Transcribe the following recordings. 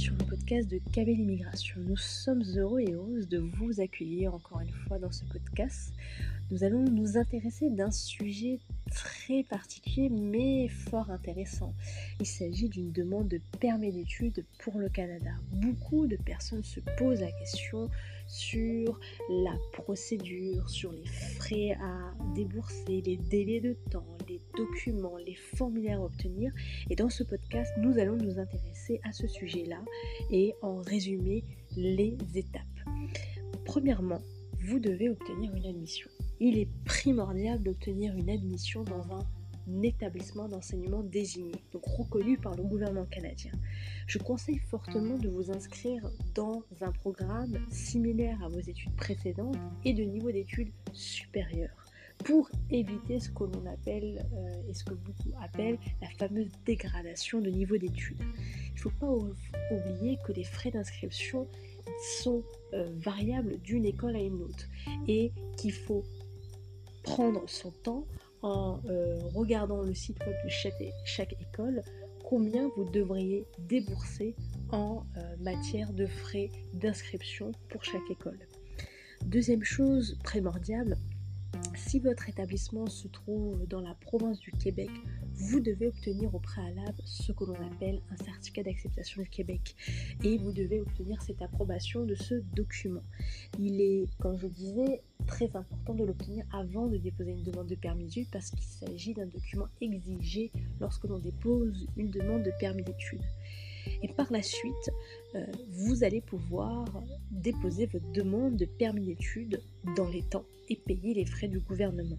sur le podcast de KB l'Immigration. Nous sommes heureux et heureuses de vous accueillir encore une fois dans ce podcast. Nous allons nous intéresser d'un sujet très particulier mais fort intéressant. Il s'agit d'une demande de permis d'études pour le Canada. Beaucoup de personnes se posent la question sur la procédure, sur les frais à débourser, les délais de temps, les documents, les formulaires à obtenir. Et dans ce podcast, nous allons nous intéresser à ce sujet-là et en résumer les étapes. Premièrement, vous devez obtenir une admission. Il est primordial d'obtenir une admission dans un établissement d'enseignement désigné, donc reconnu par le gouvernement canadien. Je conseille fortement de vous inscrire dans un programme similaire à vos études précédentes et de niveau d'études supérieur pour éviter ce que l'on appelle et ce que beaucoup appellent la fameuse dégradation de niveau d'études. Il ne faut pas oublier que les frais d'inscription sont variables d'une école à une autre et qu'il faut prendre son temps en regardant le site web de chaque école, combien vous devriez débourser en matière de frais d'inscription pour chaque école. Deuxième chose primordiale, si votre établissement se trouve dans la province du Québec, vous devez obtenir au préalable ce que l'on appelle un certificat d'acceptation du Québec et vous devez obtenir cette approbation de ce document. Il est, comme je disais, très important de l'obtenir avant de déposer une demande de permis d'études parce qu'il s'agit d'un document exigé lorsque l'on dépose une demande de permis d'études. Et par la suite, vous allez pouvoir déposer votre demande de permis d'études dans les temps et payer les frais du gouvernement.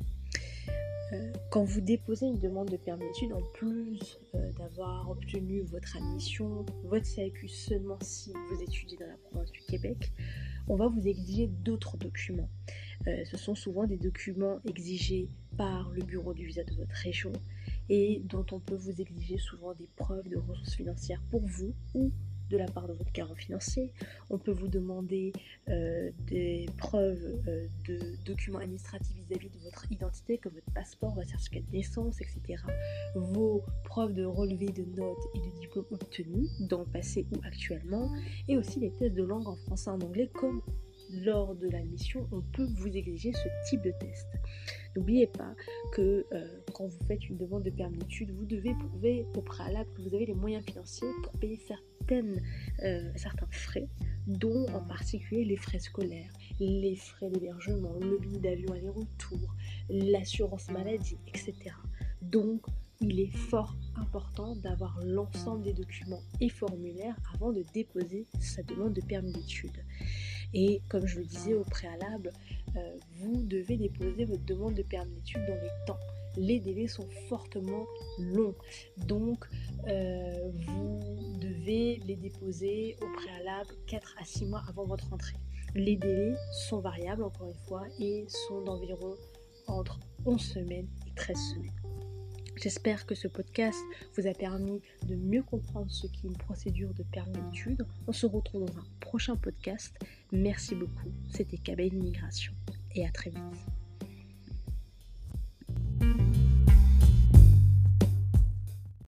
Quand vous déposez une demande de permis d'études, en plus d'avoir obtenu votre admission, votre CAQ seulement si vous étudiez dans la province du Québec, on va vous exiger d'autres documents. Ce sont souvent des documents exigés par le bureau du visa de votre région et dont on peut vous exiger souvent des preuves de ressources financières pour vous ou de la part de votre garant financier. On peut vous demander des preuves de documents administratifs vis-à-vis de votre identité comme votre passeport, votre certificat de naissance, etc. Vos preuves de relevé de notes et de diplômes obtenus dans le passé ou actuellement et aussi les tests de langue en français et en anglais comme lors de l'admission, on peut vous exiger ce type de test. N'oubliez pas que quand vous faites une demande de permis d'études, vous devez prouver au préalable que vous avez les moyens financiers pour payer certains frais, dont en particulier les frais scolaires, les frais d'hébergement, le billet d'avion aller-retour, l'assurance maladie, etc. Donc, il est fort important d'avoir l'ensemble des documents et formulaires avant de déposer sa demande de permis d'études. Et comme je le disais au préalable, vous devez déposer votre demande de permis d'études dans les temps. Les délais sont fortement longs, donc vous devez les déposer au préalable 4 à 6 mois avant votre entrée. Les délais sont variables encore une fois et sont d'environ entre 11 semaines et 13 semaines. J'espère que ce podcast vous a permis de mieux comprendre ce qu'est une procédure de permis d'études. On se retrouve dans un prochain podcast. Merci beaucoup. C'était KB l'Immigration et à très vite.